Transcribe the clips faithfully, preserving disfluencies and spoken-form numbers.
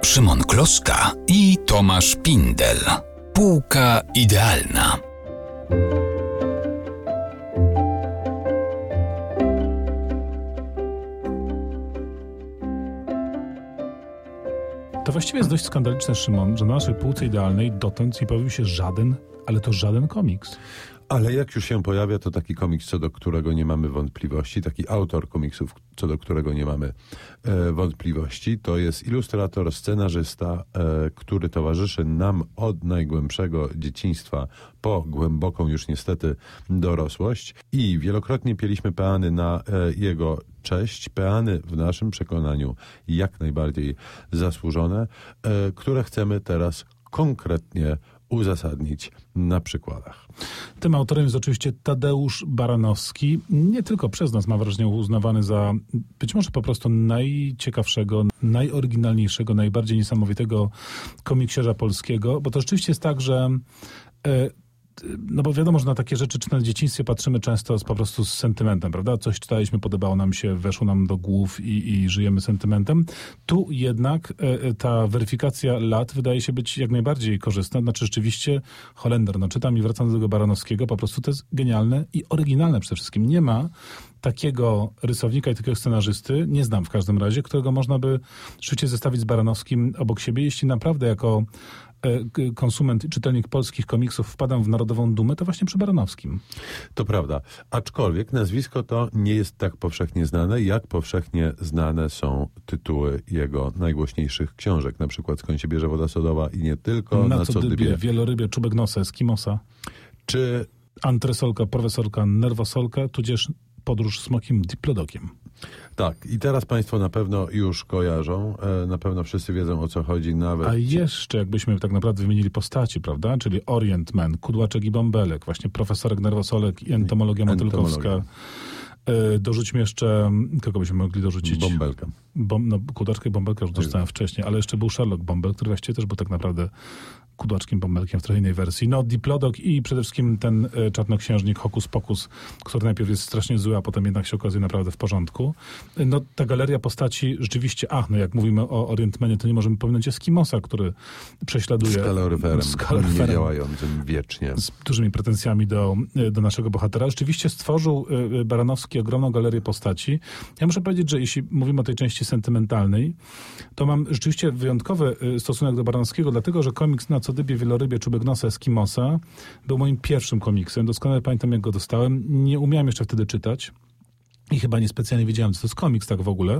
Szymon Kloska i Tomasz Pindel. Półka idealna. To właściwie jest dość skandaliczne, Szymon, że na naszej półce idealnej dotąd nie pojawił się żaden, ale to żaden komiks. Ale jak już się pojawia, to taki komiks, co do którego nie mamy wątpliwości, taki autor komiksów, co do którego nie mamy e, wątpliwości, to jest ilustrator, scenarzysta, e, który towarzyszy nam od najgłębszego dzieciństwa po głęboką już niestety dorosłość i wielokrotnie pieliśmy peany na e, jego cześć, peany w naszym przekonaniu jak najbardziej zasłużone, e, które chcemy teraz konkretnie uzasadnić na przykładach. Tym autorem jest oczywiście Tadeusz Baranowski. Nie tylko przez nas, mam wrażenie, uznawany za być może po prostu najciekawszego, najoryginalniejszego, najbardziej niesamowitego komiksiarza polskiego, bo to rzeczywiście jest tak, że e, no bo wiadomo, że na takie rzeczy, czy na dzieciństwie patrzymy często z, po prostu z sentymentem, prawda? Coś czytaliśmy, podobało nam się, weszło nam do głów i, i żyjemy sentymentem. Tu jednak e, ta weryfikacja lat wydaje się być jak najbardziej korzystna. Znaczy rzeczywiście Holender, no czytam i wracam do tego Baranowskiego, po prostu to jest genialne i oryginalne przede wszystkim. Nie ma takiego rysownika i takiego scenarzysty, nie znam w każdym razie, którego można by rzeczywiście zestawić z Baranowskim obok siebie. Jeśli naprawdę jako konsument, czytelnik polskich komiksów wpadam w narodową dumę, to właśnie przy Baranowskim. To prawda. Aczkolwiek nazwisko to nie jest tak powszechnie znane, jak powszechnie znane są tytuły jego najgłośniejszych książek. Na przykład Skąd się bierze woda sodowa i nie tylko. Na, na co, co dybie, dybie. Wielorybie, Czubek nosa, Eskimosa. Czy Antresolka, profesorka, nerwosolka, tudzież Podróż smokim diplodokiem. Tak, i teraz Państwo na pewno już kojarzą, e, na pewno wszyscy wiedzą, o co chodzi, nawet... A jeszcze jakbyśmy tak naprawdę wymienili postaci, prawda? Czyli Orient Man, Kudłaczek i Bąbelek, właśnie profesorek Nerwosolek i entomologia motylkowska. E, dorzućmy jeszcze, kogo byśmy mogli dorzucić? Bąbelka. Bom, no, Kudłaczka i Bąbelka już dostałem wcześniej, ale jeszcze był Sherlock Bąbel, który właściwie też był tak naprawdę Kudłaczkiem Bąbelkiem w trochę innej wersji. No, Diplodok i przede wszystkim ten e, czarnoksiężnik Hokus Pokus, który najpierw jest strasznie zły, a potem jednak się okazuje naprawdę w porządku. E, no, ta galeria postaci rzeczywiście, ach, no jak mówimy o Orientmanie, to nie możemy pominąć Eskimosa, który prześladuje... Z kaloryferem, z kaloryferem nie działającym wiecznie. Z dużymi pretensjami do, do naszego bohatera. Rzeczywiście stworzył e, Baranowski ogromną galerię postaci. Ja muszę powiedzieć, że jeśli mówimy o tej części sentymentalnej, to mam rzeczywiście wyjątkowy stosunek do Baranowskiego, dlatego, że komiks Na co dybie, Wielorybie, Czubek nosa, Eskimosa był moim pierwszym komiksem. Doskonale pamiętam, jak go dostałem. Nie umiałem jeszcze wtedy czytać. I chyba niespecjalnie wiedziałem, co to jest komiks tak w ogóle,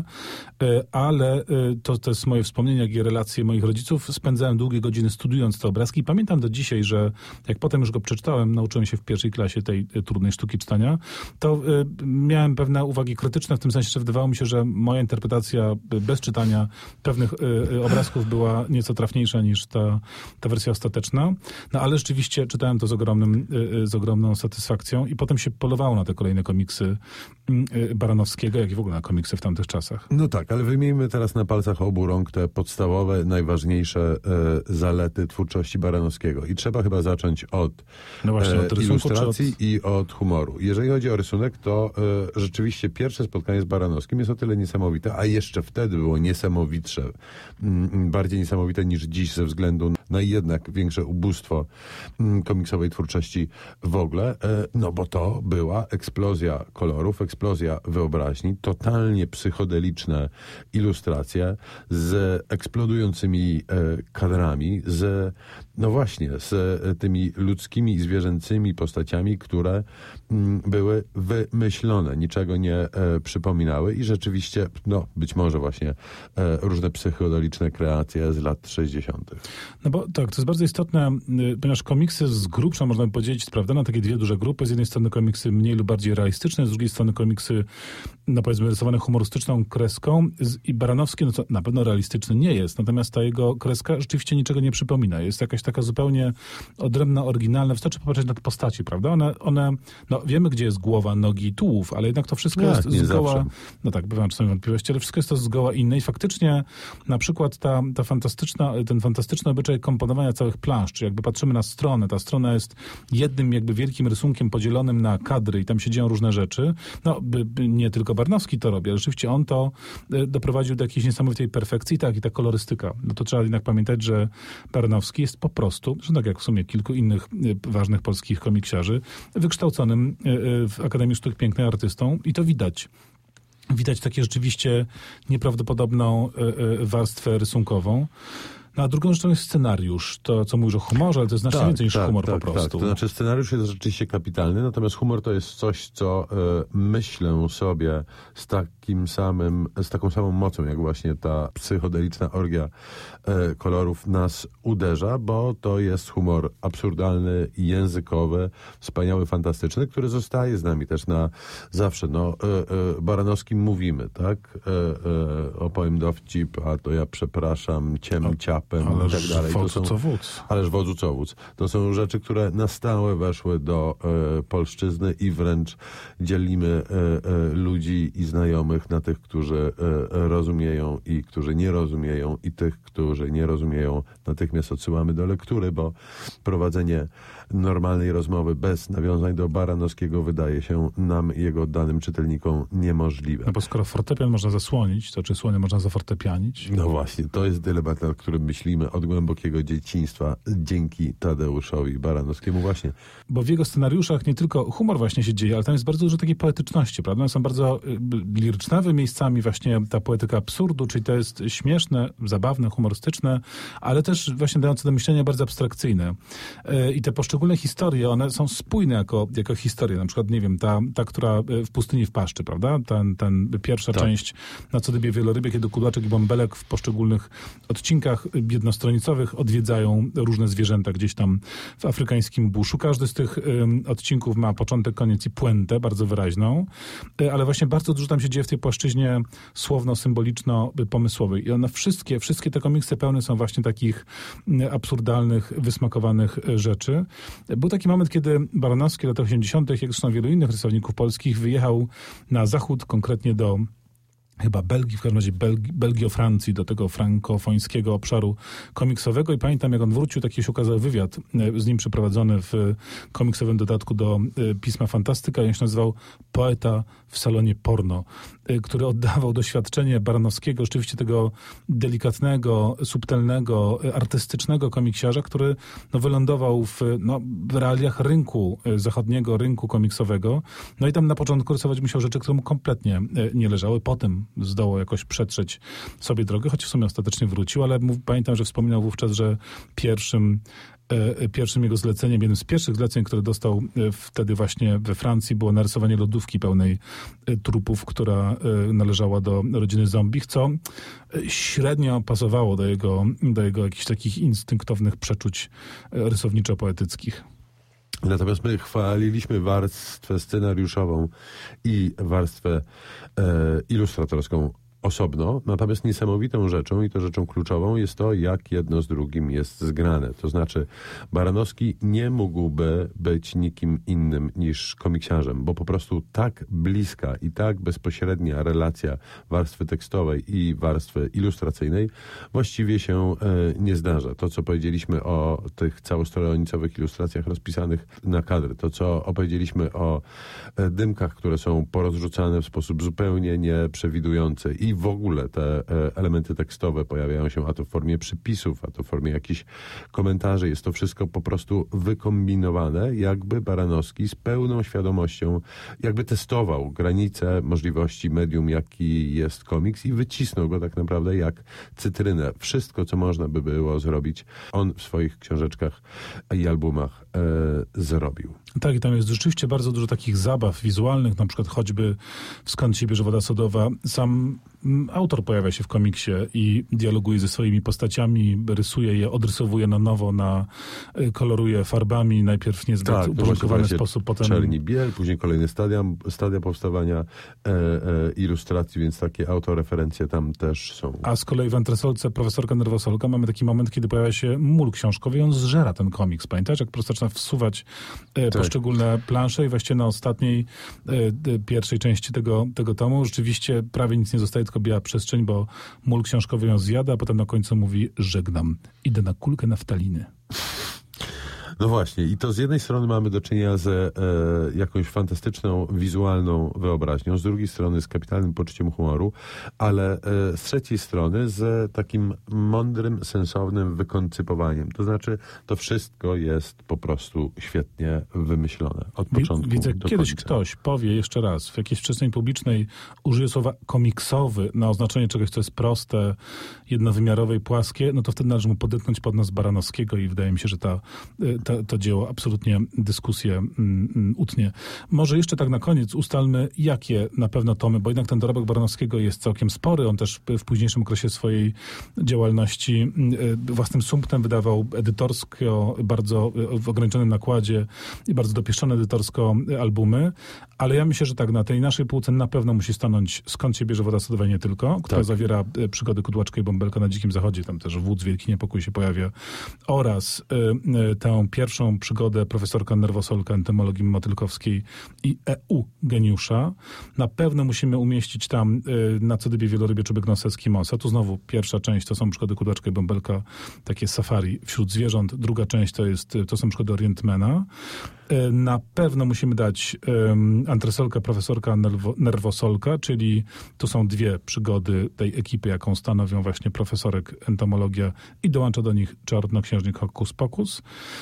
ale to, to jest moje wspomnienie, jak i relacje moich rodziców. Spędzałem długie godziny studiując te obrazki i pamiętam do dzisiaj, że jak potem już go przeczytałem, nauczyłem się w pierwszej klasie tej trudnej sztuki czytania, to miałem pewne uwagi krytyczne, w tym sensie, że wydawało mi się, że moja interpretacja bez czytania pewnych obrazków była nieco trafniejsza niż ta, ta wersja ostateczna. No ale rzeczywiście czytałem to z ogromnym, z ogromną satysfakcją i potem się polowało na te kolejne komiksy Baranowskiego, jak i w ogóle na komiksy w tamtych czasach. No tak, ale wymienimy teraz na palcach obu rąk te podstawowe, najważniejsze e, zalety twórczości Baranowskiego. I trzeba chyba zacząć od, no właśnie, od e, ilustracji od... i od humoru. Jeżeli chodzi o rysunek, to e, rzeczywiście pierwsze spotkanie z Baranowskim jest o tyle niesamowite, a jeszcze wtedy było niesamowitsze, m, bardziej niesamowite niż dziś ze względu na jednak większe ubóstwo m, komiksowej twórczości w ogóle, e, no bo to była eksplozja kolorów, eksplozja wyobraźni, totalnie psychodeliczne ilustracje z eksplodującymi e, kadrami, z, no właśnie, z e, tymi ludzkimi i zwierzęcymi postaciami, które m, były wymyślone, niczego nie e, przypominały i rzeczywiście, no być może właśnie e, różne psychodeliczne kreacje z lat sześćdziesiątych. No bo tak, to jest bardzo istotne, ponieważ komiksy z grubsza można by podzielić, prawda, na takie dwie duże grupy. Z jednej strony komiksy mniej lub bardziej realistyczne, z drugiej strony komiksy, no powiedzmy, rysowane humorystyczną kreską. I Baranowski, no to na pewno realistyczny nie jest, natomiast ta jego kreska rzeczywiście niczego nie przypomina. Jest jakaś taka zupełnie odrębna, oryginalna. Wystarczy popatrzeć na te postaci, prawda? One, one no wiemy, gdzie jest głowa, nogi, tułów, ale jednak to wszystko tak, jest zgoła... Zawsze. No tak, bywam czasami wątpliwości, ale wszystko jest to zgoła inne i faktycznie na przykład ta, ta fantastyczna, ten fantastyczny obyczaj komponowania całych plansz, czy jakby patrzymy na stronę, ta strona jest jednym jakby wielkim rysunkiem podzielonym na kadry i tam się dzieją różne rzeczy. No, by, by nie tylko Baranowski to robi, ale rzeczywiście on to y, doprowadził do jakiejś niesamowitej perfekcji. Tak, i ta kolorystyka. No to trzeba jednak pamiętać, że Baranowski jest po prostu, że tak jak w sumie kilku innych y, ważnych polskich komiksiarzy, wykształconym y, y, w Akademii Sztuk Pięknych artystą i to widać. Widać takie rzeczywiście nieprawdopodobną y, y, warstwę rysunkową. No a drugą rzeczą jest scenariusz. To, co mówisz o humorze, ale to jest znacznie tak, więcej niż tak, humor tak, po prostu. Tak. To znaczy scenariusz jest rzeczywiście kapitalny, natomiast humor to jest coś, co y, myślę sobie z takim samym, z taką samą mocą, jak właśnie ta psychodeliczna orgia y, kolorów nas uderza, bo to jest humor absurdalny, językowy, wspaniały, fantastyczny, który zostaje z nami też na zawsze. No, y, y, Baranowskim mówimy, tak? Y, y, opowiem dowcip, a to ja przepraszam, ciem, ciap, Ależ i tak dalej. wodzu, To są, co wódz. Ależ wodzu, co wódz. To są rzeczy, które na stałe weszły do e, polszczyzny i wręcz dzielimy e, e, ludzi i znajomych na tych, którzy e, rozumieją i którzy nie rozumieją i tych, którzy nie rozumieją, natychmiast odsyłamy do lektury, bo prowadzenie normalnej rozmowy bez nawiązań do Baranowskiego wydaje się nam, jego oddanym czytelnikom, niemożliwe. No bo skoro fortepian można zasłonić, to czy słonie można zafortepianić? No właśnie, to jest dylemat, nad którym myślimy od głębokiego dzieciństwa dzięki Tadeuszowi Baranowskiemu właśnie. Bo w jego scenariuszach nie tylko humor właśnie się dzieje, ale tam jest bardzo dużo takiej poetyczności, prawda? One są bardzo y, lirycznawe miejscami, właśnie ta poetyka absurdu, czyli to jest śmieszne, zabawne, humorystyczne, ale też właśnie dające do myślenia bardzo abstrakcyjne. Y, I te poszczególne historie, one są spójne jako, jako historie. Na przykład, nie wiem, ta, ta która w pustyni w paszczy, prawda? Ten, ten pierwsza tak. część na co dybie wielorybie, kiedy Kudłaczek i Bąbelek w poszczególnych odcinkach jednostronicowych odwiedzają różne zwierzęta gdzieś tam w afrykańskim buszu. Każdy z tych um, odcinków ma początek, koniec i puentę bardzo wyraźną, ale właśnie bardzo dużo tam się dzieje w tej płaszczyźnie słowno-symboliczno-pomysłowej. I one wszystkie, wszystkie te komiksy pełne są właśnie takich absurdalnych, wysmakowanych rzeczy. Był taki moment, kiedy Baranowski w latach osiemdziesiątych, jak zresztą wielu innych rysowników polskich, wyjechał na zachód, konkretnie do chyba Belgii, w każdym razie Belgii, Belgio-Francji, do tego frankofońskiego obszaru komiksowego i pamiętam, jak on wrócił, taki się okazał wywiad z nim przeprowadzony w komiksowym dodatku do Pisma Fantastyka i on się nazywał Poeta w salonie porno, który oddawał doświadczenie Baranowskiego, rzeczywiście tego delikatnego, subtelnego, artystycznego komiksiarza, który no, wylądował w, no, w realiach rynku zachodniego, rynku komiksowego. No i tam na początku rysować musiał rzeczy, które mu kompletnie nie leżały. Potem zdołał jakoś przetrzeć sobie drogę, choć w sumie ostatecznie wrócił, ale mów, pamiętam, że wspominał wówczas, że pierwszym e, pierwszym jego zleceniem, jednym z pierwszych zleceń, które dostał e, wtedy właśnie we Francji, było narysowanie lodówki pełnej e, trupów, która e, należała do rodziny zombich, co e, średnio pasowało do jego, do jego jakichś takich instynktownych przeczuć e, rysowniczo-poetyckich. Natomiast my chwaliliśmy warstwę scenariuszową i warstwę e, ilustratorską osobno, natomiast niesamowitą rzeczą i to rzeczą kluczową jest to, jak jedno z drugim jest zgrane. To znaczy Baranowski nie mógłby być nikim innym niż komiksiarzem, bo po prostu tak bliska i tak bezpośrednia relacja warstwy tekstowej i warstwy ilustracyjnej właściwie się e, nie zdarza. To, co powiedzieliśmy o tych całostronicowych ilustracjach rozpisanych na kadry, to, co opowiedzieliśmy o e, dymkach, które są porozrzucane w sposób zupełnie nieprzewidujący i w ogóle te elementy tekstowe pojawiają się a to w formie przypisów, a to w formie jakichś komentarzy. Jest to wszystko po prostu wykombinowane, jakby Baranowski z pełną świadomością jakby testował granice możliwości medium, jaki jest komiks i wycisnął go tak naprawdę jak cytrynę. Wszystko, co można by było zrobić, on w swoich książeczkach i albumach e, zrobił. Tak, i tam jest rzeczywiście bardzo dużo takich zabaw wizualnych, na przykład choćby w Skąd się bierze woda sodowa. Sam autor pojawia się w komiksie i dialoguje ze swoimi postaciami, rysuje je, odrysowuje na nowo, na, koloruje farbami, najpierw niezbyt tak, uporządkowany sposób, potem... Czerni biel, później kolejne stadia, stadia powstawania e, e, ilustracji, więc takie autoreferencje tam też są. A z kolei w Antresolce profesorka Nerwosolka mamy taki moment, kiedy pojawia się mól książkowy i on zżera ten komiks. Pamiętasz, jak po prostu zaczyna wsuwać e, tak. poszczególne plansze i właściwie na ostatniej e, pierwszej części tego, tego tomu rzeczywiście prawie nic nie zostaje, tylko tylko biała przestrzeń, bo mól książkowy ją zjada, a potem na końcu mówi żegnam, idę na kulkę naftaliny. No właśnie, i to z jednej strony mamy do czynienia z e, jakąś fantastyczną, wizualną wyobraźnią, z drugiej strony z kapitalnym poczuciem humoru, ale e, z trzeciej strony z takim mądrym, sensownym wykoncypowaniem. To znaczy, to wszystko jest po prostu świetnie wymyślone od początku Widzę, do kiedyś końca. ktoś powie jeszcze raz, w jakiejś przestrzeni publicznej użyje słowa komiksowy na oznaczenie czegoś, co jest proste, jednowymiarowe i płaskie, no to wtedy należy mu podetnąć pod nos Baranowskiego i wydaje mi się, że ta To, to dzieło absolutnie dyskusję mm, utnie. Może jeszcze tak na koniec ustalmy, jakie na pewno tomy, bo jednak ten dorobek Baranowskiego jest całkiem spory. On też w późniejszym okresie swojej działalności y, własnym sumptem wydawał edytorsko, bardzo y, w ograniczonym nakładzie i bardzo dopieszczone edytorsko albumy. Ale ja myślę, że tak, na tej naszej półce na pewno musi stanąć Skąd się bierze woda sodowa nie tylko, która Tak. zawiera y, przygody Kudłaczka i Bąbelka na Dzikim Zachodzie. Tam też Wódz, Wielki Niepokój się pojawia. Oraz y, y, tę pierwszą przygodę profesorka Nerwosolka, entymologii motylkowskiej i E U geniusza. Na pewno musimy umieścić tam y, Na Codybie wielorybie czubek nos Eskimosa. Tu znowu pierwsza część to są przygody Kudłaczka i Bąbelka, takie safari wśród zwierząt. Druga część to, jest, to są przygody Orientmana. Y, na pewno musimy dać y, Antresolka, profesorka nerwo, Nerwosolka, czyli to są dwie przygody tej ekipy, jaką stanowią właśnie profesorek entomologia i dołącza do nich czarnoksiężnik Hokus Pokus.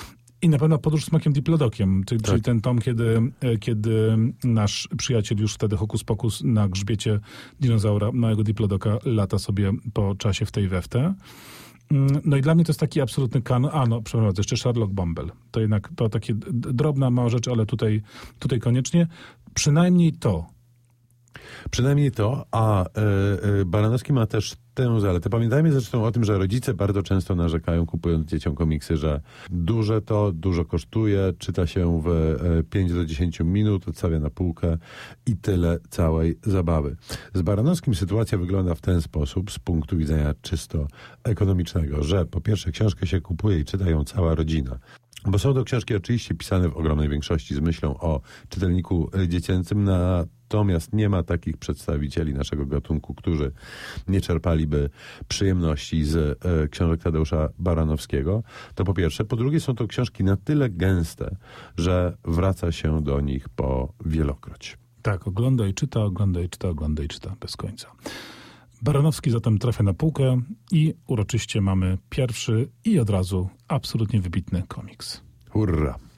I na pewno Podróż smakiem diplodokiem, czyli, Tak. czyli ten tom, kiedy, kiedy nasz przyjaciel już wtedy Hokus Pokus na grzbiecie dinozaura, małego diplodoka, lata sobie po czasie w tej we w te. No i dla mnie to jest taki absolutny kanon. A no, przepraszam, jeszcze Sherlock Bumble. To jednak to takie d- drobna, mała rzecz, ale tutaj, tutaj koniecznie. Przynajmniej to. Przynajmniej to, a e, e, Baranowski ma też tę zaletę. Pamiętajmy zresztą o tym, że rodzice bardzo często narzekają, kupując dzieciom komiksy, że duże to, dużo kosztuje, czyta się w e, pięć do dziesięciu minut, odstawia na półkę i tyle całej zabawy. Z Baranowskim sytuacja wygląda w ten sposób, z punktu widzenia czysto ekonomicznego, że po pierwsze książkę się kupuje i czyta ją cała rodzina. Bo są to książki oczywiście pisane w ogromnej większości z myślą o czytelniku dziecięcym, natomiast nie ma takich przedstawicieli naszego gatunku, którzy nie czerpaliby przyjemności z e, książek Tadeusza Baranowskiego. To po pierwsze. Po drugie są to książki na tyle gęste, że wraca się do nich po wielokroć. Tak, ogląda i czyta, ogląda i czyta, ogląda i czyta bez końca. Baranowski zatem trafia na półkę i uroczyście mamy pierwszy i od razu absolutnie wybitny komiks. Hurra!